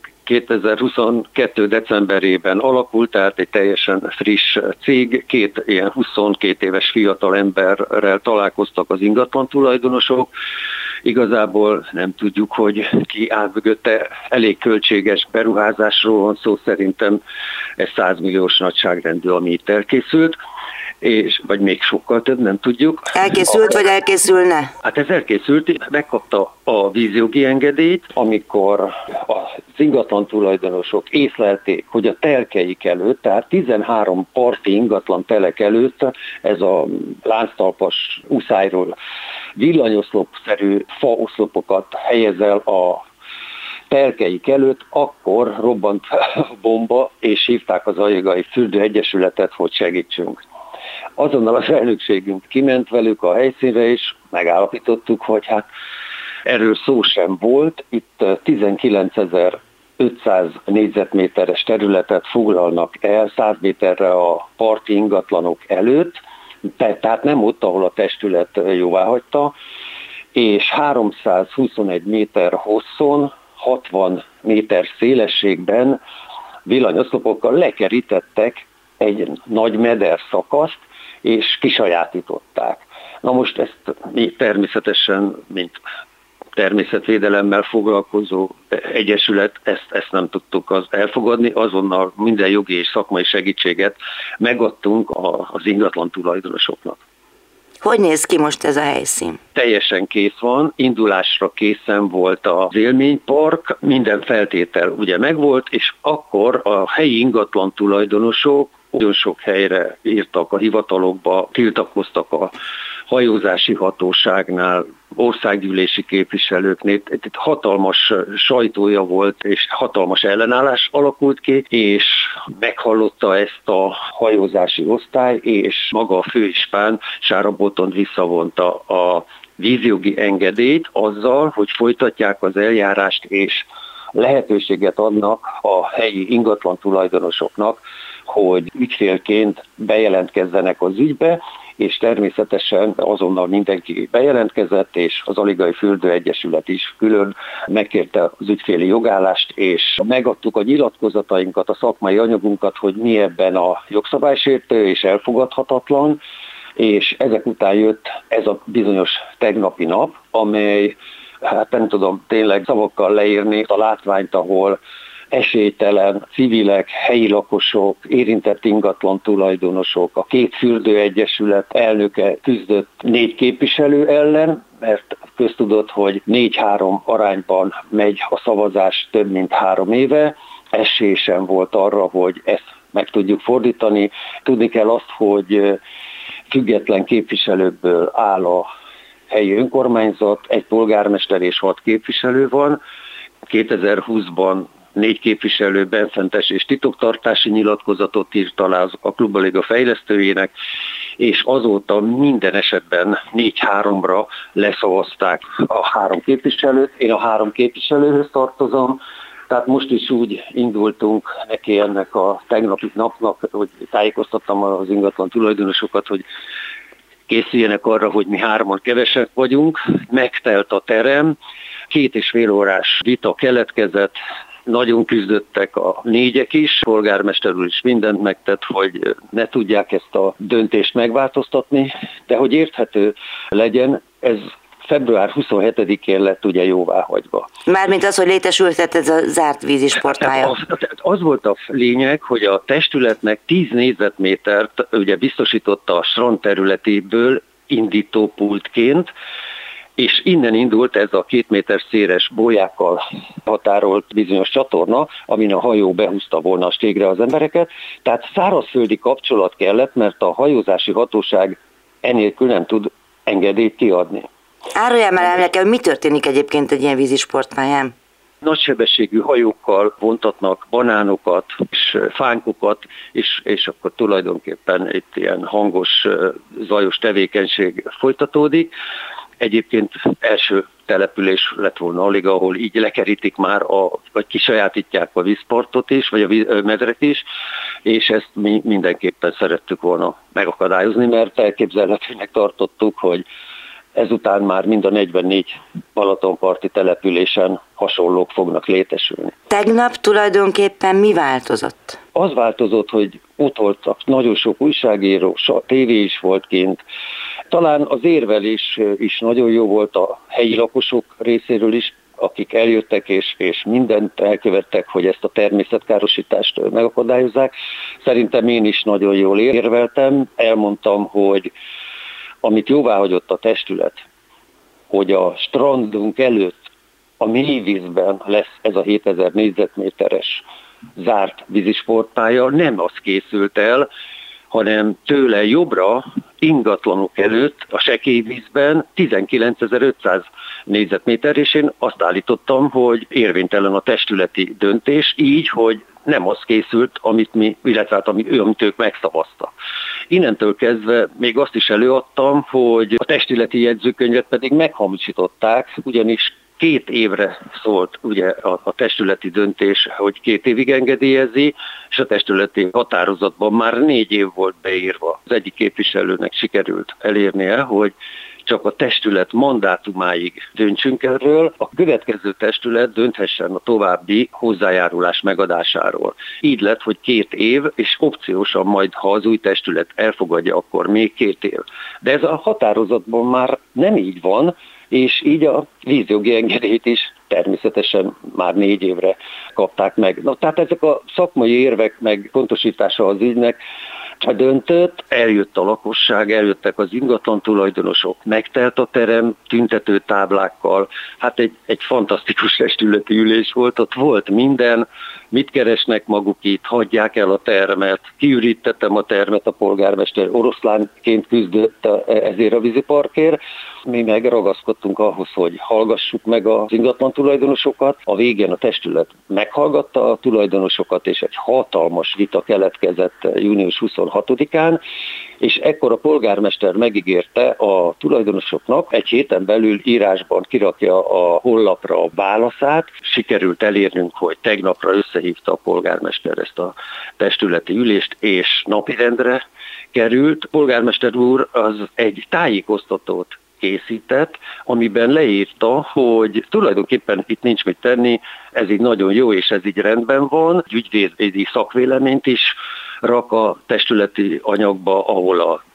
2022. decemberében alakult, tehát egy teljesen friss cég, 2 ilyen 22 éves fiatal emberrel találkoztak az ingatlan tulajdonosok. Igazából nem tudjuk, hogy ki áll mögötte, elég költséges beruházásról van szó, szerintem ez 100 milliós nagyságrendű, ami itt elkészült, vagy még sokkal több, nem tudjuk. Elkészült, vagy elkészülne? Hát ez elkészült, megkapta a vízjogi engedélyt, amikor az ingatlan tulajdonosok észlelték, hogy a telkeik előtt, tehát 13 parti ingatlan telek előtt ez a lánctalpas uszályról villanyoszlopszerű faoszlopokat helyez el a telkeik előtt, akkor robbant a bomba, és hívták az Aligai Fürdő Egyesületet, hogy segítsünk. Azonnal az elnökségünk kiment velük a helyszínre, és megállapítottuk, hogy hát erről szó sem volt. Itt 19.500 négyzetméteres területet foglalnak el 100 méterre a parti ingatlanok előtt, tehát nem ott, ahol a testület jóváhagyta, és 321 méter hosszon, 60 méter szélességben villanyoszlopokkal lekerítettek egy nagy meder szakaszt, és kisajátították. Na most ezt mi természetesen, mint természetvédelemmel foglalkozó egyesület, ezt nem tudtuk elfogadni, azonnal minden jogi és szakmai segítséget megadtunk az ingatlan tulajdonosoknak. Hogy néz ki most ez a helyszín? Teljesen kész van, indulásra készen volt az élménypark, minden feltétel ugye megvolt, és akkor a helyi ingatlan tulajdonosok nagyon sok helyre írtak a hivatalokba, tiltakoztak a hajózási hatóságnál, országgyűlési képviselőknél, itt hatalmas sajtója volt, és hatalmas ellenállás alakult ki, és meghallotta ezt a hajózási osztály, és maga a főispán Sára Botond visszavonta a vízjogi engedélyt azzal, hogy folytatják az eljárást, és lehetőséget adnak a helyi ingatlan tulajdonosoknak, hogy ügyfélként bejelentkezzenek az ügybe, és természetesen azonnal mindenki bejelentkezett, és az Aligai Fürdő Egyesület is külön megkérte az ügyféli jogállást, és megadtuk a nyilatkozatainkat, a szakmai anyagunkat, hogy mi ebben a jogszabálysértő és elfogadhatatlan, és ezek után jött ez a bizonyos tegnapi nap, amely, hát nem tudom tényleg szavakkal leírni a látványt, ahol esélytelen civilek, helyi lakosok, érintett ingatlan tulajdonosok, a két fürdőegyesület elnöke küzdött 4 képviselő ellen, mert köztudott, hogy 4-3 arányban megy a szavazás több mint 3 éve. Esély sem volt arra, hogy ezt meg tudjuk fordítani. Tudni kell azt, hogy független képviselőkből áll a helyi önkormányzat, egy polgármester és 6 képviselő van. 2020-ban 4 képviselő benfentes és titoktartási nyilatkozatot írt alá a Klubaliga fejlesztőjének, és azóta minden esetben 4-3-ra leszavazták a 3 képviselőt. Én a 3 képviselőhöz tartozom, tehát most is úgy indultunk neki ennek a tegnapi napnak, hogy tájékoztattam az ingatlan tulajdonosokat, hogy készüljenek arra, hogy mi 3-an kevesek vagyunk. Megtelt a terem, 2,5 órás vita keletkezett, nagyon küzdöttek a 4-ek is, polgármester úr is mindent megtett, hogy ne tudják ezt a döntést megváltoztatni, de hogy érthető legyen, ez február 27-én lett ugye jóváhagyva. Mármint az, hogy létesülhet ez a zárt vízisportpálya. Az volt a lényeg, hogy a testületnek 10 négyzetmétert ugye biztosította a strand területéből indítópultként, és innen indult ez a 2 méter széles bolyákkal határolt bizonyos csatorna, amin a hajó behúzta volna a stégre az embereket. Tehát szárazföldi kapcsolat kellett, mert a hajózási hatóság enélkül nem tud engedélyt kiadni. Árulják már nekem, mi történik egyébként egy ilyen vízisportpályán? Nagysebességű hajókkal vontatnak banánokat és fánkokat, és akkor tulajdonképpen itt ilyen hangos, zajos tevékenység folytatódik. Egyébként első település lett volna alig, ahol így lekerítik már, vagy kisajátítják a vízpartot is, vagy a medret is, és ezt mi mindenképpen szerettük volna megakadályozni, mert elképzelhetőnek tartottuk, hogy ezután már mind a 44 balatonparti településen hasonlók fognak létesülni. Tegnap tulajdonképpen mi változott? Az változott, hogy ott voltak nagyon sok újságíró, tévé is volt kint. Talán az érvelés is nagyon jó volt a helyi lakosok részéről is, akik eljöttek és mindent elkövettek, hogy ezt a természetkárosítást megakadályozzák. Szerintem én is nagyon jól érveltem, elmondtam, hogy amit jóváhagyott a testület, hogy a strandunk előtt a mélyvízben lesz ez a 7000 négyzetméteres zárt vízisportpálya, nem az készült el, hanem tőle jobbra, ingatlanok előtt a sekélyvízben 19.500 négyzetméter, és én azt állítottam, hogy érvénytelen a testületi döntés, így, hogy nem az készült, amit ők megszavaztak. Innentől kezdve még azt is előadtam, hogy a testületi jegyzőkönyvet pedig meghamisították, ugyanis 2 évre szólt ugye a testületi döntés, hogy 2 évig engedélyezi, és a testületi határozatban már 4 év volt beírva. Az egyik képviselőnek sikerült elérnie, hogy csak a testület mandátumáig döntsünk erről, a következő testület dönthessen a további hozzájárulás megadásáról. Így lett, hogy 2 év, és opciósan majd, ha az új testület elfogadja, akkor még 2 év. De ez a határozatban már nem így van, és így a vízjogi engedélyt is természetesen már 4 évre kapták meg. Na, tehát ezek a szakmai érvek meg pontosítása az ügynek döntött, eljött a lakosság, eljöttek az ingatlan tulajdonosok, megtelt a terem tüntető táblákkal, hát egy fantasztikus testületi ülés volt minden, mit keresnek maguk itt, hagyják el a termet, kiürítettem a termet, a polgármester oroszlánként küzdött ezért a víziparkért, mi meg ragaszkodtunk ahhoz, hogy hallgassuk meg az ingatlan tulajdonosokat, a végén a testület meghallgatta a tulajdonosokat, és egy hatalmas vita keletkezett június 26-án, és ekkor a polgármester megígérte a tulajdonosoknak, egy héten belül írásban kirakja a honlapra a válaszát. Sikerült elérnünk, hogy tegnapra összehívta a polgármester ezt a testületi ülést, és napirendre került. A polgármester úr az egy tájékoztatót készített, amiben leírta, hogy tulajdonképpen itt nincs mit tenni, ez így nagyon jó, és ez így rendben van. Egy ügyvédi szakvéleményt is rak a testületi anyagba, ahol a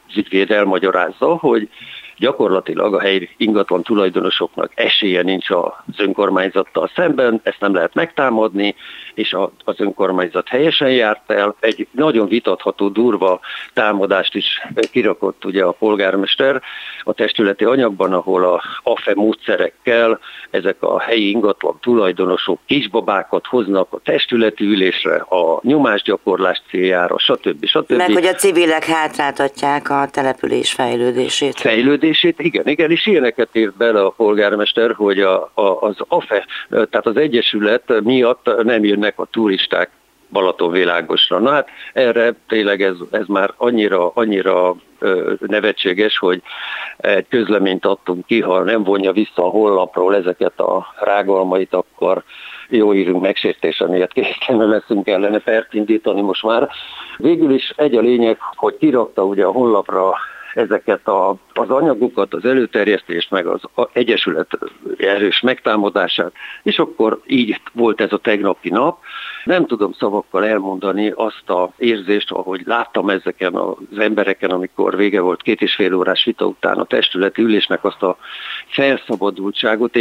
ügyvéd elmagyarázza, hogy gyakorlatilag a helyi ingatlan tulajdonosoknak esélye nincs az önkormányzattal szemben, ezt nem lehet megtámadni, és az önkormányzat helyesen járt el. Egy nagyon vitatható, durva támadást is kirakott ugye a polgármester a testületi anyagban, ahol a AFE módszerekkel ezek a helyi ingatlan tulajdonosok kisbabákat hoznak a testületi ülésre, a nyomásgyakorlás céljára, stb. Meg hogy a civilek hátráltatják a település fejlődését. Igen, és ilyeneket írt bele a polgármester, hogy az AFE, tehát az Egyesület miatt nem jönnek a turisták Balatonvilágosra. Na hát erre tényleg ez már annyira nevetséges, hogy egy közleményt adtunk ki, ha nem vonja vissza a honlapról ezeket a rágalmait, akkor jó hírünk megsértése miatt kénytelen leszünk ellene pert indítani most már. Végül is egy a lényeg, hogy kirakta ugye a honlapra ezeket az anyagokat, az előterjesztést, meg az Egyesület erős megtámadását, és akkor így volt ez a tegnapi nap. Nem tudom szavakkal elmondani azt az érzést, ahogy láttam ezeken az embereken, amikor vége volt 2,5 órás vita után a testületi ülésnek, azt a felszabadultságot,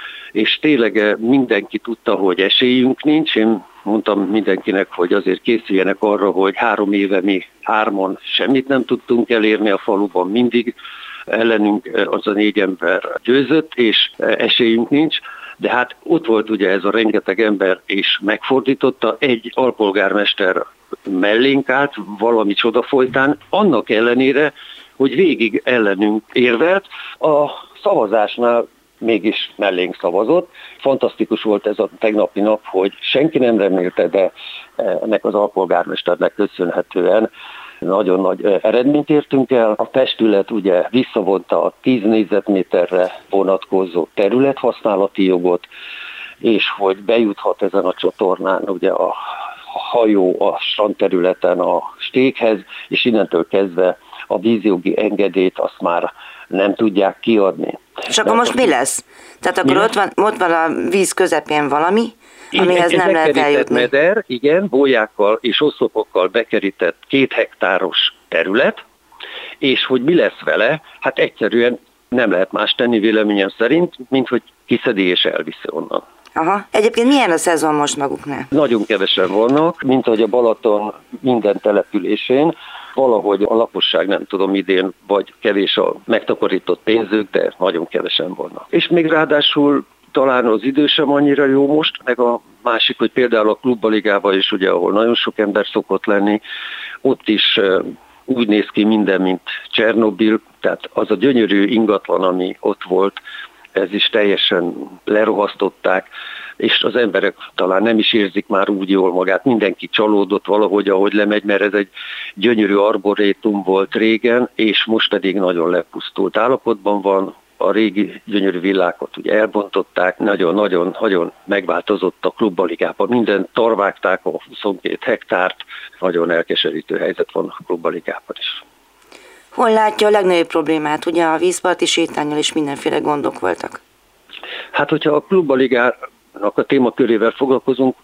és tényleg mindenki tudta, hogy esélyünk nincs. Én mondtam mindenkinek, hogy azért készüljenek arra, hogy 3 éve mi 3-an semmit nem tudtunk elérni a faluban, mindig ellenünk az a 4 ember győzött, és esélyünk nincs. De hát ott volt ugye ez a rengeteg ember, és megfordította, egy alpolgármester mellénk állt, valami csoda folytán, annak ellenére, hogy végig ellenünk érvelt, a szavazásnál mégis mellénk szavazott. Fantasztikus volt ez a tegnapi nap, hogy senki nem remélte, de ennek az alpolgármesternek köszönhetően nagyon nagy eredményt értünk el. A testület ugye visszavonta a 10 négyzetméterre vonatkozó területhasználati jogot, és hogy bejuthat ezen a csatornán ugye a hajó a strandterületen a Stéghez, és innentől kezdve a vízjogi engedélyt azt már nem tudják kiadni. És akkor most mi lesz? Tehát akkor ott van a víz közepén valami, amihez nem lehet eljutni. Meder, igen, bójákkal és oszlopokkal bekerített 2 hektáros terület, és hogy mi lesz vele, hát egyszerűen nem lehet más tenni véleményem szerint, mint hogy kiszedi és elviszi onnan. Aha. Egyébként milyen a szezon most maguknál? Nagyon kevesen vannak, mint ahogy a Balaton minden településén. Valahogy a lakosság, nem tudom, idén vagy kevés a megtakarított pénzük, de nagyon kevesen vannak. És még ráadásul talán az idő sem annyira jó most, meg a másik, hogy például a klubbaligában is, ugye, ahol nagyon sok ember szokott lenni, ott is úgy néz ki minden, mint Csernobil, tehát az a gyönyörű ingatlan, ami ott volt, ez is teljesen lerohasztották, és az emberek talán nem is érzik már úgy jól magát. Mindenki csalódott valahogy, ahogy lemegy, mert ez egy gyönyörű arborétum volt régen, és most pedig nagyon lepusztult állapotban van. A régi gyönyörű villákat ugye elbontották, nagyon-nagyon megváltozott a klubbaligában. Mindent tarvágták, a 22 hektárt, nagyon elkeserítő helyzet van a klubbaligában is. Hol látja a legnagyobb problémát? Ugye a vízparti sétánnyal is mindenféle gondok voltak. Hát, hogyha a klubbaligának a témakörével foglalkozunk,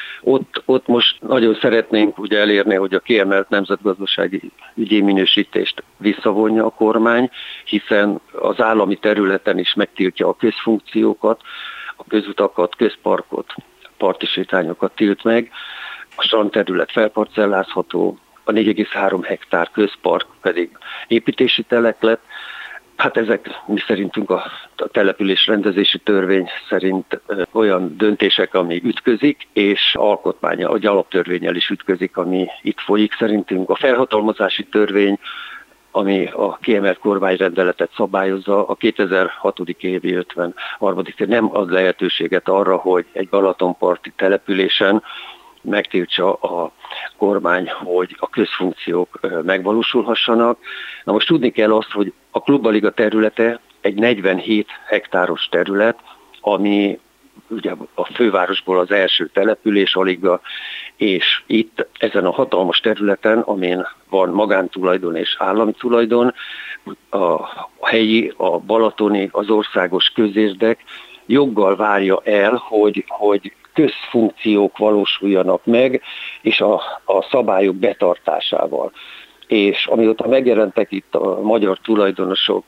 ott most nagyon szeretnénk ugye elérni, hogy a kiemelt nemzetgazdasági ügyi minősítést visszavonja a kormány, hiszen az állami területen is megtiltja a közfunkciókat, a közutakat, közparkot, parti sétányokat tilt meg, a strandterület felparcellázható, a 4,3 hektár közpark pedig építési telek lett. Hát ezek mi szerintünk a település rendezési törvény szerint olyan döntések, ami ütközik, és alkotmánya, vagy alaptörvénnyel is ütközik, ami itt folyik szerintünk. A felhatalmazási törvény, ami a kiemelt kormányrendeletet szabályozza, a 2006. évi 53. nem ad lehetőséget arra, hogy egy balatonparti településen megtiltsa a kormány, hogy a közfunkciók megvalósulhassanak. Na most tudni kell azt, hogy a klubbaliga területe egy 47 hektáros terület, ami ugye a fővárosból az első település, a liga, és itt ezen a hatalmas területen, amin van magántulajdon és állami tulajdon, a helyi, a balatoni, az országos közérdek joggal várja el, hogy közfunkciók valósuljanak meg, és a szabályok betartásával. és amióta megjelentek itt a magyar tulajdonosok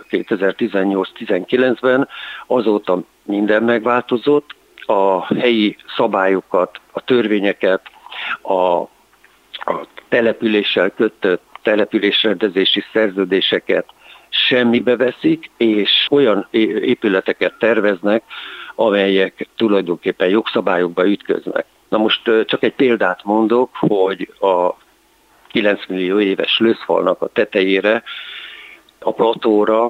2018-19-ben, azóta minden megváltozott, a helyi szabályokat, a törvényeket, a településsel kötött településrendezési szerződéseket semmibe veszik, és olyan épületeket terveznek, amelyek tulajdonképpen jogszabályokba ütköznek. Na most csak egy példát mondok, hogy a 9 millió éves löszfalnak a tetejére, a platóra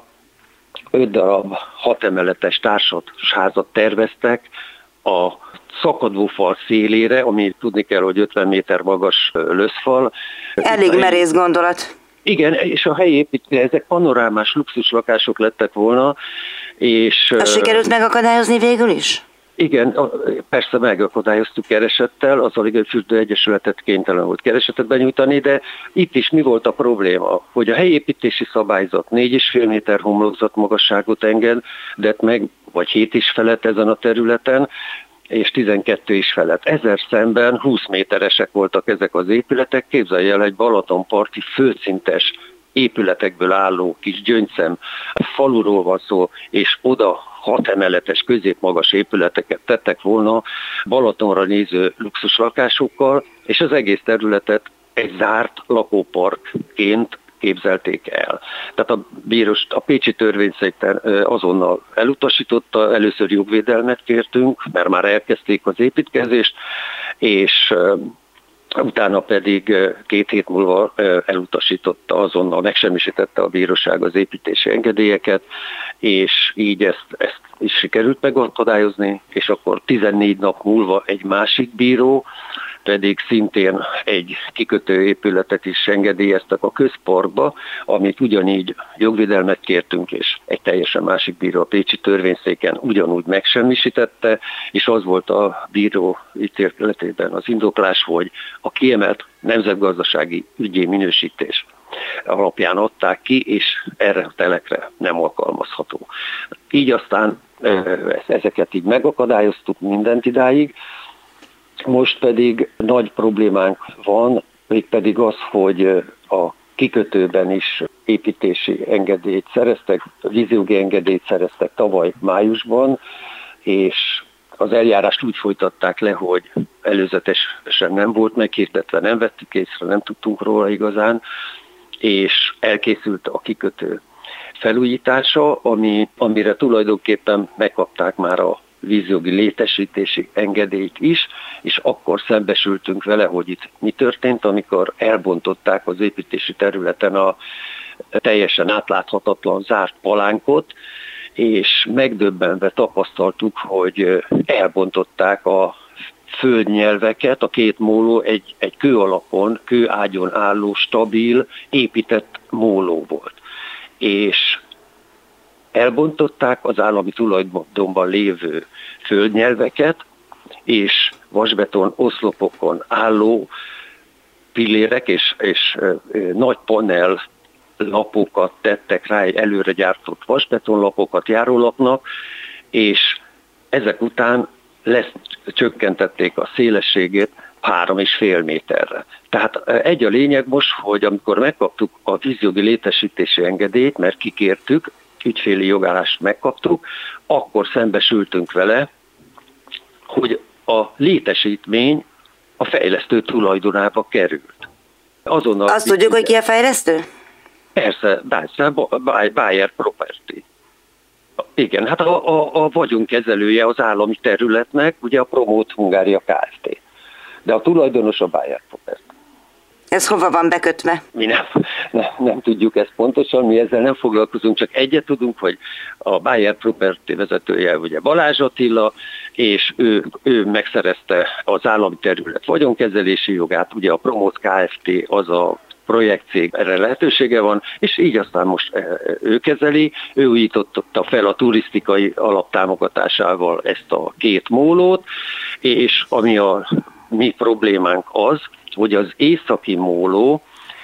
5 darab 6 emeletes társasházat terveztek, a szakadó fal szélére, ami tudni kell, hogy 50 méter magas löszfal. Elég merész gondolat. Igen, és a helyi építők, ezek panorámás luxuslakások lettek volna, és... Azt sikerült megakadályozni végül is? Igen, persze megakadályoztuk keresettel, az Aligai-fürdő Egyesületet kénytelen volt keresetet benyújtani, de itt is mi volt a probléma, hogy a helyi építési szabályzat 4,5 méter homlokzat magasságot engedett meg, vagy 7 is felett ezen a területen, és 12 is felett. Ezzel szemben 20 méteresek voltak ezek az épületek, képzelj el, egy Balatonparti földszintes épületekből álló kis gyöngyszem faluról van szó, és oda 6 emeletes középmagas épületeket tettek volna Balatonra néző luxuslakásokkal, és az egész területet egy zárt lakóparkként képzelték el. Tehát a pécsi törvényszék azonnal elutasította, először jogvédelmet kértünk, mert már elkezdték az építkezést, és utána pedig 2 hét múlva elutasította, azonnal megsemmisítette a bíróság az építési engedélyeket, és így ezt is sikerült megakadályozni, és akkor 14 nap múlva egy másik bíró pedig szintén egy kikötő épületet is engedélyeztek a közparkba, amit ugyanígy jogvédelmet kértünk, és egy teljesen másik bíró a pécsi törvényszéken ugyanúgy megsemmisítette, és az volt a bíró ítéletében az indoklás, hogy a kiemelt nemzetgazdasági ügyi minősítés alapján adták ki, és erre a telekre nem alkalmazható. Így aztán ezeket így megakadályoztuk mindent idáig. Most pedig nagy problémánk van, mégpedig az, hogy a kikötőben is építési engedélyt szereztek, vízjogi engedélyt szereztek tavaly májusban, és az eljárást úgy folytatták le, hogy előzetesen nem volt meghirdetve, nem vettük észre, nem tudtunk róla igazán, és elkészült a kikötő felújítása, amire tulajdonképpen megkapták már a vízjogi létesítési engedélyt is, és akkor szembesültünk vele, hogy itt mi történt, amikor elbontották az építési területen a teljesen átláthatatlan zárt palánkot, és megdöbbenve tapasztaltuk, hogy elbontották a földnyelveket, a 2 móló egy kőalapon, kőágyon álló, stabil, épített móló volt. És elbontották az állami tulajdonban lévő földnyelveket, és vasbeton oszlopokon álló pillérek és nagy panel lapokat tettek rá, egy előre gyártott vasbetonlapokat járólapnak, és ezek után csökkentették a szélességét 3,5 méterre. Tehát egy a lényeg most, hogy amikor megkaptuk a vízjogi létesítési engedélyt, mert kikértük, ügyféli jogállást megkaptuk, akkor szembesültünk vele, hogy a létesítmény a fejlesztő tulajdonába került. Azt tudjuk, hogy ki a fejlesztő? Persze, Bayer Property. Igen, hát a vagyonkezelője az állami területnek, ugye a Promote Hungária Kft. De a tulajdonos a Bayer Property. Ez hova van bekötve? Mi nem tudjuk ezt pontosan, mi ezzel nem foglalkozunk, csak egyet tudunk, hogy a Bayer Property vezetője ugye Balázs Attila, és ő megszerezte az állami terület vagyonkezelési jogát, ugye a Promote Kft. Az a projektcég, erre lehetősége van, és így aztán most ő kezeli, ő újította fel a turisztikai alaptámogatásával ezt a 2 mólót, és ami a mi problémánk az, hogy az északi móló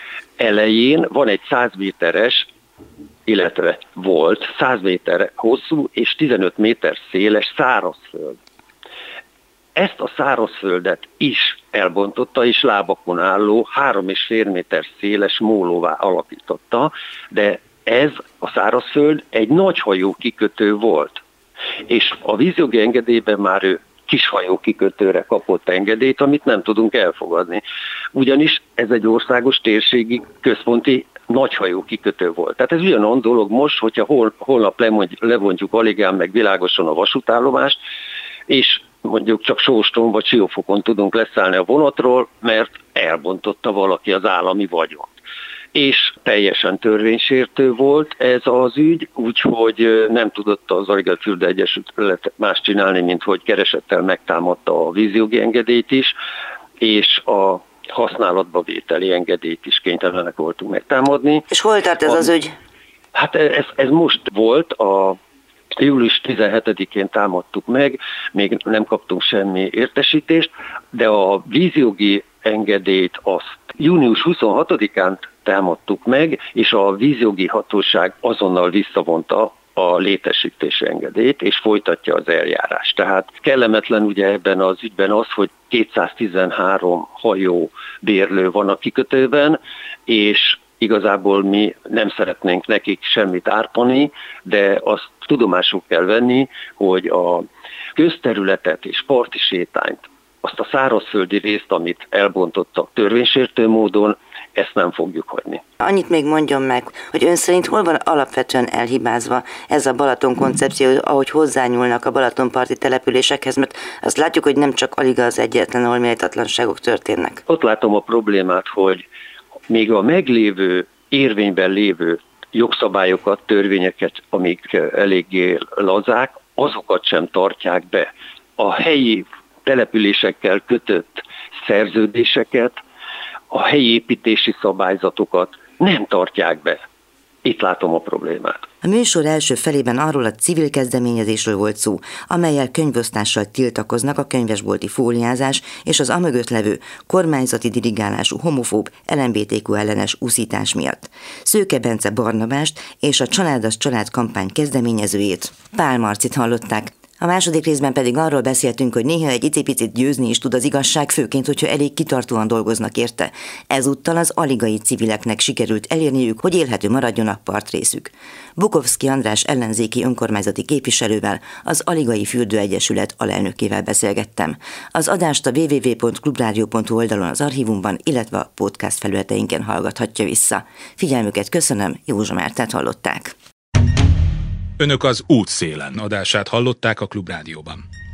elején van egy 100 méteres, illetve volt 100 méter hosszú és 15 méter széles szárazföld. ezt a szárazföldet is elbontotta, és lábakon álló 3,5 méter széles mólóvá alakította, de ez a szárazföld egy nagyhajó kikötő volt. És a vízjogi engedélyben már ő kishajó kikötőre kapott engedélyt, amit nem tudunk elfogadni. Ugyanis ez egy országos térségi központi nagyhajó kikötő volt. Tehát ez ugyanolyan dolog most, hogyha holnap levontjuk Aligán meg Világoson a vasútállomást, és mondjuk csak Sóston vagy Siófokon tudunk leszállni a vonatról, mert elbontotta valaki az állami vagyont. És teljesen törvénysértő volt ez az ügy, úgyhogy nem tudott az Arigai-fürde Egyesület más csinálni, mint hogy keresettel megtámadta a vízjogi engedélyt is, és a használatba vételi engedélyt is kénytelenek voltunk megtámadni. És hol tart ez az ügy? Hát ez most volt, a július 17-én támadtuk meg, még nem kaptunk semmi értesítést, de a vízjogi engedélyt azt június 26-án támadtuk meg, és a vízjogi hatóság azonnal visszavonta a létesítési engedélyt, és folytatja az eljárást. Tehát kellemetlen ugye ebben az ügyben az, hogy 213 hajó bérlő van a kikötőben, és igazából mi nem szeretnénk nekik semmit ártani, de azt tudomásul kell venni, hogy a közterületet és parti sétányt, azt a szárazföldi részt, amit elbontottak törvénysértő módon, ezt nem fogjuk hagyni. Annyit még mondjon meg, hogy ön szerint hol van alapvetően elhibázva ez a Balaton koncepció, ahogy hozzányúlnak a balatonparti településekhez, mert azt látjuk, hogy nem csak Aliga az egyetlen, ahol méltatlanságok történnek. Ott látom a problémát, hogy még a meglévő, érvényben lévő jogszabályokat, törvényeket, amik eléggé lazák, azokat sem tartják be. A helyi településekkel kötött szerződéseket, a helyi építési szabályzatokat nem tartják be. Itt látom a problémát. A műsor első felében arról a civil kezdeményezésről volt szó, amellyel könyvosztással tiltakoznak a könyvesbolti fóliázás és az amögött levő kormányzati dirigálású homofób, LMBTQ ellenes uszítás miatt. Szőke Bence Barnabást és a Család az család kampány kezdeményezőjét, Pál Marcit hallották. A második részben pedig arról beszéltünk, hogy néha egy icipicit győzni is tud az igazság, főként, hogyha elég kitartóan dolgoznak érte. Ezúttal az aligai civileknek sikerült elérniük, hogy élhető maradjon a partrészük. Bukovszki András ellenzéki önkormányzati képviselővel, az Aligai Fürdő Egyesület alelnökével beszélgettem. Az adást a www.clubradio.hu oldalon az archívumban, illetve a podcast felületeinken hallgathatja vissza. Figyelmüket köszönöm, Józsa Mártát hallották. Önök az Útszélen adását hallották a Klubrádióban.